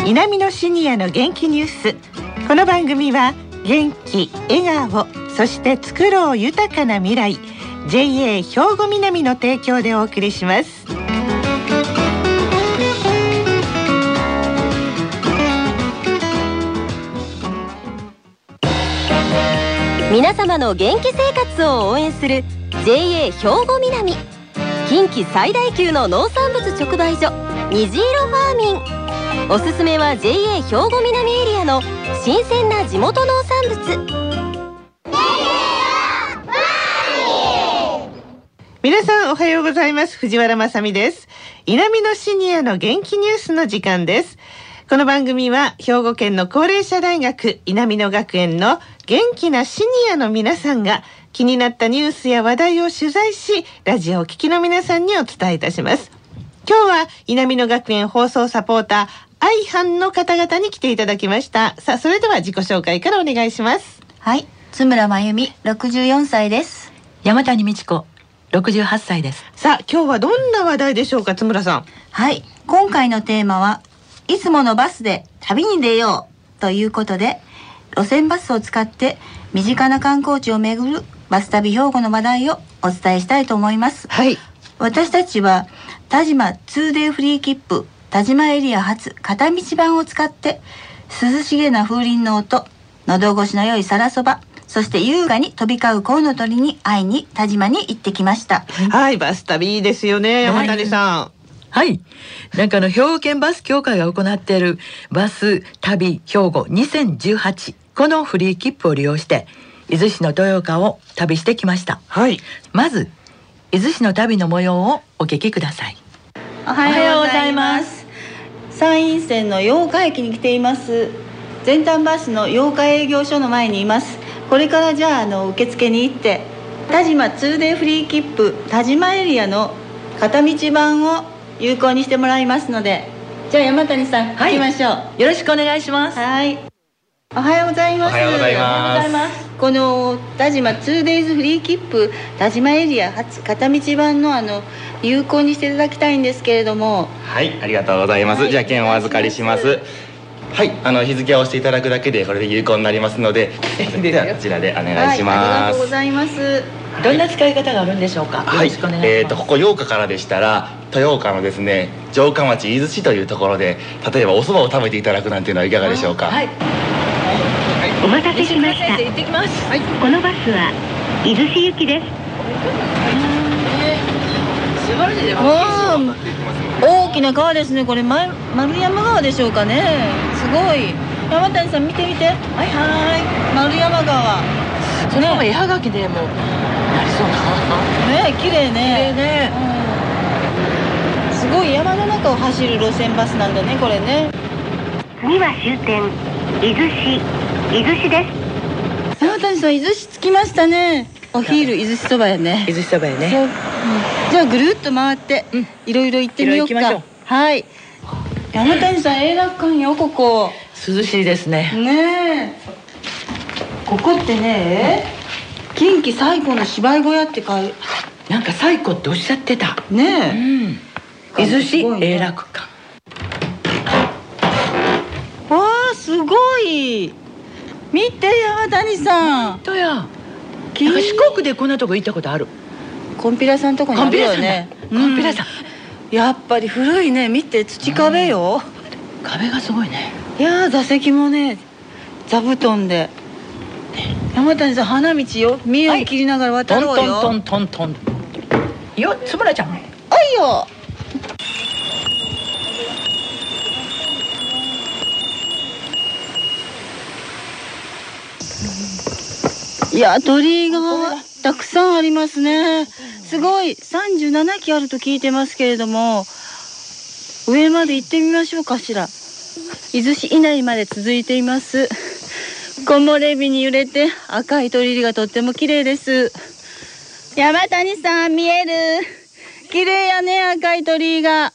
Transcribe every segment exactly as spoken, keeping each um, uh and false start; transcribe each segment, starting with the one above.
南のシニアの元気ニュース。この番組は元気、笑顔、そして作ろう豊かな未来 ジェイエー 兵庫南の提供でお送りします。 皆様の元気生活を応援する ジェイエー 兵庫南、近畿最大級の農産物直売所虹色ファーミン。おすすめは ジェイエー 兵庫南エリアの新鮮な地元農産物。 皆さんおはようございます。藤原まさみです。南のシニアの元気ニュースの時間です。この番組は兵庫県の高齢者大学南野学園の元気なシニアの皆さんが気になったニュースや話題を取材し、ラジオを聴きの皆さんにお伝えいたします。今日は南野学園放送サポーター相班の方々に来ていただきました。さあ、それでは自己紹介からお願いします。 はい、津村真由美、ろくじゅうよんさいです。 山谷美智子、ろくじゅうはっさいです。 さあ、今日はどんな話題でしょうか、津村さん。 はい、今回のテーマはいつものバスで旅に出ようということで、路線バスを使って身近な観光地を巡るバス旅兵庫の話題をお伝えしたいと思います。 はい。 私たちは田島 ツーデイ フリー切符田島エリア発片道版を使って涼しげな風鈴の音、喉越しの良い皿そば、そして優雅に飛び交うコウノトリに会いに田島に行ってきました。 はい、バス旅いいですよね、山谷さん。 はい、なんかあの兵庫県バス協会が行っているバス旅兵庫にせんじゅうはち、このフリー切符を利用して伊豆市の豊岡を旅してきました。 はい。 まず伊豆市の旅の模様をお聞きください。 おはようございます。山陰線の八日駅に来ています。全端バスの八日営業所の前にいます。これからじゃあ、あの受付に行って田島 ツーデイ フリー切符田島エリアの片道版を有効にしてもらいますので、じゃあ山谷さん、 はい、 行きましょう。 よろしくお願いします。 はい、おはようございます。 おはようございます。 この田島 ツーデイズ フリー切符田島エリア初片道版のあの有効にしていただきたいんですけれども。 はい、ありがとうございます。はい、じゃあ券をお預かりします。はい、あの日付を押していただくだけでこれで有効になりますので、ではこちらでお願いします。 はい、ありがとうございます。 どんな使い方があるんでしょうか。 はい、 よろしくお願いします。 えーとここ八日からでしたら豊岡のですね城下町伊豆市というところで、例えばお蕎麦を食べていただくなんていうのはいかがでしょうか。 はい、 お待たせしました。 行ってきます。はい、 このバスは伊豆市行きです。 素晴らしいです。 わあ、大きな川ですね。これ丸山川でしょうかね。すごい。山谷さん見てみて。はいはい。丸山川。 そのまま絵はがきでもなりそうな。 ね、綺麗ね。 綺麗ね。 うん、すごい山の中を走る路線バスなんだね、これね。 次は終点伊豆市伊豆市です。 山谷さん、伊豆市着きましたね。お昼伊豆市そばやね。 伊豆市そばやね。 そう、うん、じゃあぐるっと回って、うん、いろいろ行ってみようか。はい。山谷さん、映画館よ、ここ。 涼しいですね。 ねえ。ここってね、近畿最古の芝居小屋って書いて、 なんか最古っておっしゃってたねえ、 うん、伊豆市永楽館。 わあ、すごい。見て、山谷さん。 とや、なんか四国でこんなとこ行ったことある。 コンピラさんとこにあるよね。 コンピラさん、 やっぱり古いね。見て、土壁よ、 うん、壁がすごいね。 いやー、座席もね座布団で、山谷さん、花道よ、見えを切りながら渡ろうよ。 トントントントンよ、つむらちゃん。 あいよ。いや、鳥居がたくさんありますね。すごい。さんじゅうななきあると聞いてますけれども、上まで行ってみましょうかしら。伊豆市以内まで続いています。木漏れ日に揺れて赤い鳥居がとっても綺麗です。山谷さん、見える？綺麗やね、赤い鳥居が。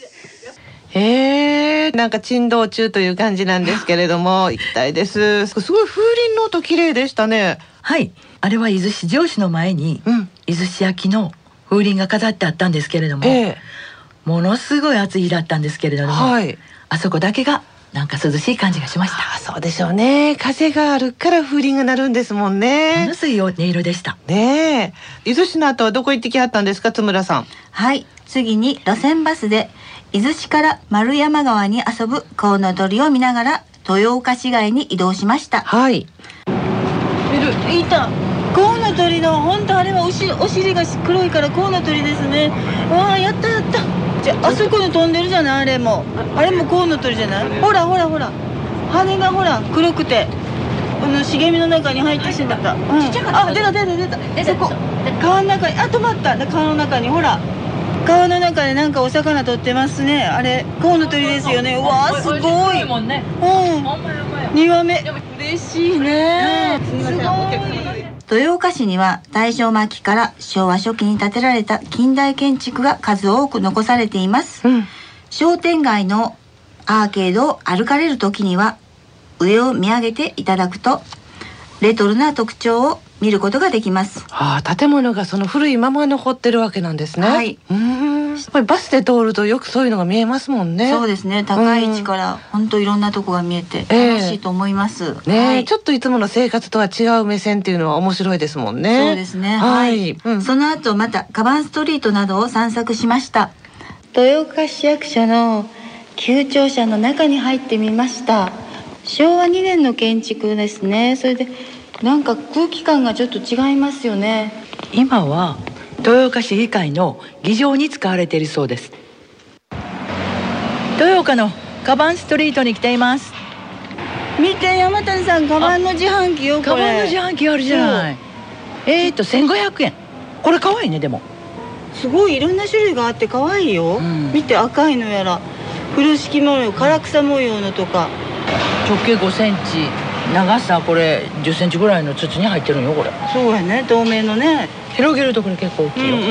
へえ、なんか珍道中という感じなんですけれども、行きたいです。すごい風鈴の音綺麗でしたね。 はい、あれは伊豆市城址の前に、うん、伊豆市焼の風鈴が飾ってあったんですけれども、えー、ものすごい暑い日だったんですけれども、はい、あそこだけがなんか涼しい感じがしました。 あ、そうでしょうね。風があるから風鈴が鳴るんですもんね。 ものすごい音色でした。 ねえ。伊豆市の後はどこ行ってきはったんですか、津村さん。 はい、次に路線バスで伊豆市から丸山川に遊ぶコウノトリを見ながら豊岡市街に移動しました。 はい。 いる、いた。コウノトリの、本当あれはおしお尻が黒いからコウノトリですね。わあ、やったやった。じゃあ、あそこに飛んでるじゃない、あれも。あれもコウノトリじゃない。ほらほらほら。羽がほら黒くて、この茂みの中に入ってしまった。うん、あ、出た出た出た。そこ。川の中に、あ、止まった。川の中にほら。川の中でなんかお魚取ってますね。あれコウノトリですよね。うわー、すごい。うん。にわめ。嬉しいね。すごい。豊岡市には大正末期から昭和初期に建てられた近代建築が数多く残されています。うん、商店街のアーケードを歩かれる時には上を見上げていただくとレトロな特徴を見ることができます。 ああ、建物がその古いまま残ってるわけなんですね。 はい。 うーん。やっぱりバスで通るとよくそういうのが見えますもんね。 そうですね。高い位置から本当いろんなとこが見えて楽しいと思います。 えー、ね、 はい、 ちょっといつもの生活とは違う目線っていうのは面白いですもんね。 そうですね。 はい。うん、 その後またカバンストリートなどを散策しました。豊岡市役所の旧庁舎の中に入ってみました。しょうわにねんの建築ですね。それでなんか空気感がちょっと違いますよね。 今は豊岡市議会の議場に使われているそうです。豊岡のカバンストリートに来ています。 見て、山谷さん、カバンの自販機よ、これ。 カバンの自販機あるじゃない。えーっとせんごひゃくえん。これ可愛いね。でもすごいいろんな種類があって可愛いよ。うん、見て、赤いのやら風呂敷模様、唐草模様のとか。 直径ごセンチ、長さこれじゅっセンチぐらいの筒に入ってるんよ、これ。 そうやね、透明のね。 広げるとこれ結構大きいよ。うんうんうん。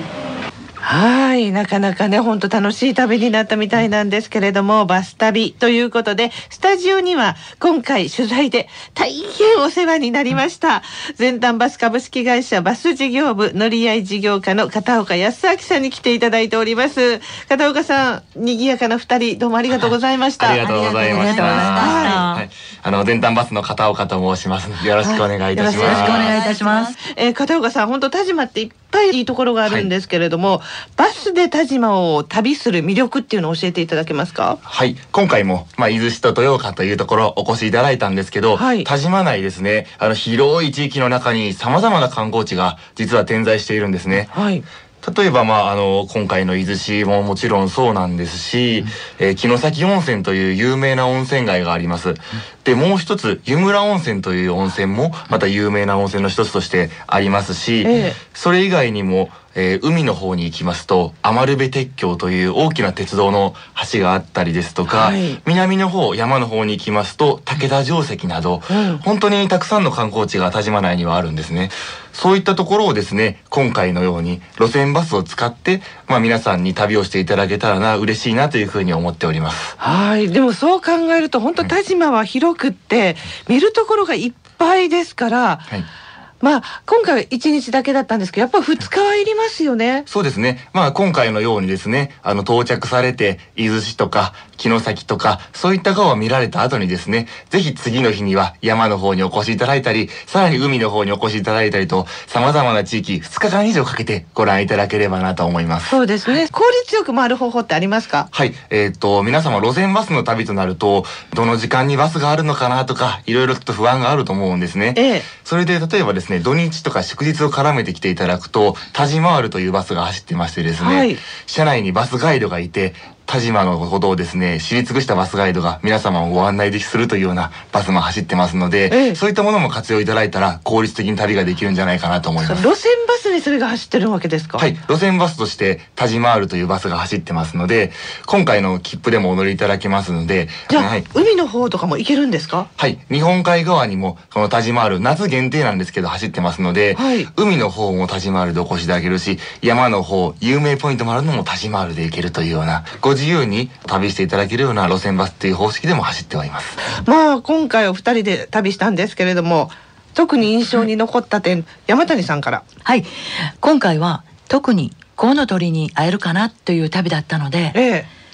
はい、なかなかね、本当楽しい旅になったみたいなんですけれども、バス旅ということで、スタジオには今回取材で大変お世話になりました。全端バス株式会社バス事業部乗り合い事業課の片岡康明さんに来ていただいております。片岡さん、賑やかな二人、どうもありがとうございました。 ありがとうございました。はい、あの全端バスの片岡と申します。よろしくお願いいたします。 よろしくお願いいたします。 えー、片岡さん、本当田島っていっぱいいいところがあるんですけれども、はい、バスで田島を旅する魅力っていうのを教えていただけますか？ はい、今回も、まあ、伊豆市と豊岡というところお越しいただいたんですけど、はい、田島内ですね、あの広い地域の中にさまざまな観光地が実は点在しているんですね。はい、例えば、まあ、あの今回の伊豆市ももちろんそうなんですし、うん、えー、城崎温泉という有名な温泉街があります。うん、でもう一つ湯村温泉という温泉もまた有名な温泉の一つとしてありますし、えー、それ以外にもえー、海の方に行きますと余部鉄橋という大きな鉄道の橋があったりですとか、はい、南の方山の方に行きますと武田城跡など、うん、本当にたくさんの観光地が田島内にはあるんですね。そういったところをですね、今回のように路線バスを使って、まあ、皆さんに旅をしていただけたらな嬉しいなというふうに思っております。 はい、でもそう考えると本当田島は広くって、うん、見るところがいっぱいですから、はい、まあ今回はいちにちだけだったんですけど、やっぱふつかはいりますよね。 そうですね。まあ今回のようにですね、あの到着されて伊豆市とか城崎とかそういった川を見られた後にですね、ぜひ次の日には山の方にお越しいただいたり、さらに海の方にお越しいただいたりと、さまざまな地域ふつかかん以上かけてご覧いただければなと思います。 そうですね。効率よく回る方法ってありますか？ はい、えー、っと皆様路線バスの旅となるとどの時間にバスがあるのかなとかいろいろと不安があると思うんですね。ええ、それで例えばですね、土日とか祝日を絡めてきていただくと田島あるというバスが走ってましてですね、はい、車内にバスガイドがいて田島のことをですね知り尽くしたバスガイドが皆様をご案内するというようなバスも走ってますので、ええ、そういったものも活用いただいたら効率的に旅ができるんじゃないかなと思います。 路線バスにそれが走ってるわけですか？ はい、路線バスとして田島あるというバスが走ってますので、今回の切符でもお乗りいただけますので。 じゃあ、 はい、 海の方とかも行けるんですか？ はい、日本海側にもこの田島ある夏限定なんですけど走ってますので、はい、海の方も田島あるでお越しいただけるし、山の方有名ポイントもあるのも田島あるで行けるというようなご自由に旅していただけるような路線バスっていう方式でも走っております。 まあ今回お二人で旅したんですけれども、特に印象に残った点、山谷さんから。 はい、今回は特にコウノトリに会えるかなという旅だったので、ええ、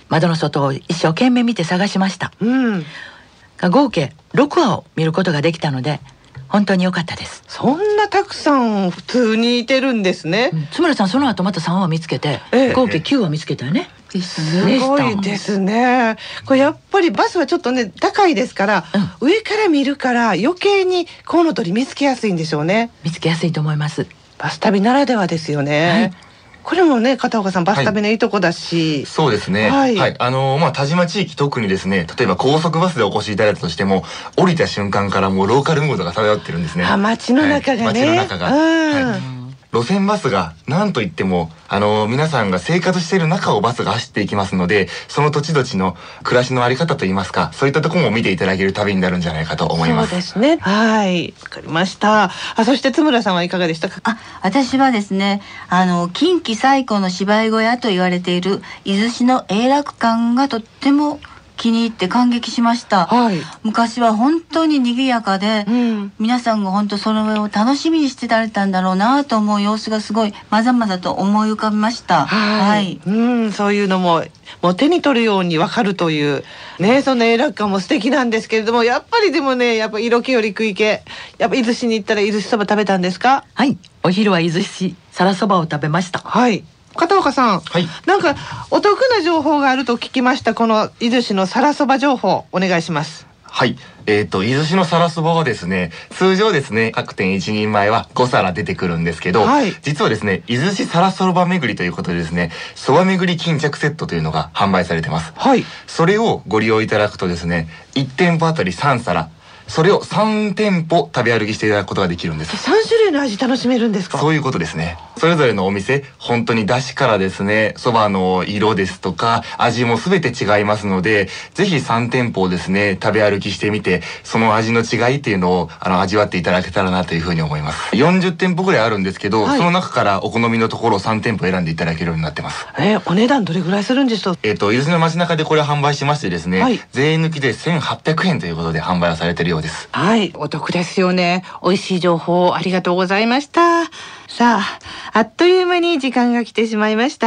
窓の外を一生懸命見て探しました、うん、合計ろくわを見ることができたので本当に良かったです。 そんなたくさん普通にいてるんですね、 うん、津村さんその後またさんわ見つけて、ええ、合計きゅうわ見つけたよね。 すごいですね。これやっぱりバスはちょっとね高いですから、うん、上から見るから余計にコウノトリ見つけやすいんでしょうね。 見つけやすいと思います。 バス旅ならではですよね、はい、これもね片岡さんバス旅のいいとこだし、 はい、そうですね、はい、はい、あのー、まあ田島地域特にですね、例えば高速バスでお越しいただいたとしても降りた瞬間からもうローカルムードが漂ってるんですね。 あ、街の中がね、はい、 街の中が、はい、路線バスが何といってもあの皆さんが生活している中をバスが走っていきますので、その土地土地の暮らしのあり方といいますか、そういったところも見ていただける旅になるんじゃないかと思います。 そうですね、はい、わかりました。あ、そして津村さんはいかがでしたか？ あ、私はですね、あの近畿最古の芝居小屋と言われている伊豆市の永楽館がとっても気に入って感激しました、はい、昔は本当に賑やかで、うん、皆さんが本当その上を楽しみにしてられたんだろうなと思う様子がすごいまざまざと思い浮かびました。はい、はい、 うん、そういうのももう手に取るようにわかるというね、そんな永楽館も素敵なんですけれども、やっぱりでもね、やっぱ色気より食い気、やっぱ伊豆市に行ったら伊豆市そば食べたんですか？ はい、お昼は伊豆市皿そばを食べました。 はい、片岡さん、はい、なんかお得な情報があると聞きました。この伊豆市の皿そば情報お願いします。 はい、えーと伊豆市の皿そばはですね、通常ですね各店一人前はごさら出てくるんですけど、はい、実はですね伊豆市皿そば巡りということでですね、そば巡り巾着セットというのが販売されてます。はい、それをご利用いただくとですね、いち店舗あたりさんさら、それをさん店舗食べ歩きしていただくことができるんです。 さん種類の味楽しめるんですか？ そういうことですね。それぞれのお店、本当に出汁からですね、そばの色ですとか味も全て違いますので、ぜひさん店舗をですね食べ歩きしてみて、その味の違いっていうのをあの味わっていただけたらなというふうに思います。よんじゅう店舗ぐらいあるんですけど、はい、その中からお好みのところをさん店舗選んでいただけるようになってます。 えー、お値段どれぐらいするんでしょう？ えっと伊豆市の街中でこれ販売しましてですね、はい、税抜きでせんはっぴゃくえんということで販売はされているようです。 はい、お得ですよね。美味しい情報ありがとうございました。さあ、あっという間に時間が来てしまいました。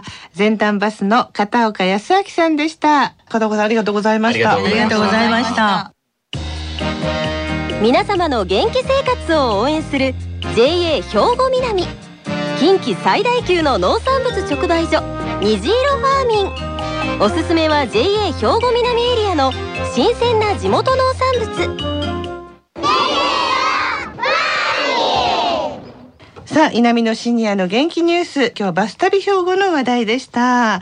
全端バスの片岡康明さんでした。片岡さんありがとうございました。 ありがとうございました。 皆様の元気生活を応援する ジェイエー 兵庫南、近畿最大級の農産物直売所虹色ファーミン。おすすめは ジェイエー 兵庫南エリアの新鮮な地元農産物。 さあ、南のシニアの元気ニュース、今日はバス旅兵庫の話題でした。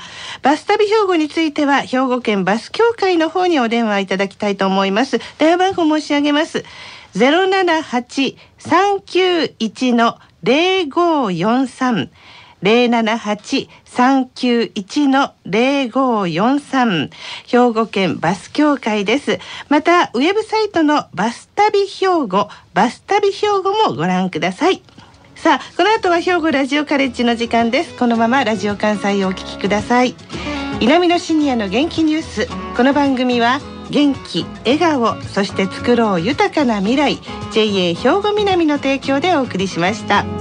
バス旅兵庫については兵庫県バス協会の方にお電話いただきたいと思います。電話番号申し上げます。ゼロななはち さんきゅういち のゼロごよんさん ゼロななはち さんきゅういち のゼロごよんさん、兵庫県バス協会です。またウェブサイトのバス旅兵庫、バス旅兵庫もご覧ください。さあ、この後は兵庫ラジオカレッジの時間です。このままラジオ関西をお聞きください。南のシニアの元気ニュース、この番組は元気、笑顔、そして作ろう豊かな未来 ジェイエー 兵庫南の提供でお送りしました。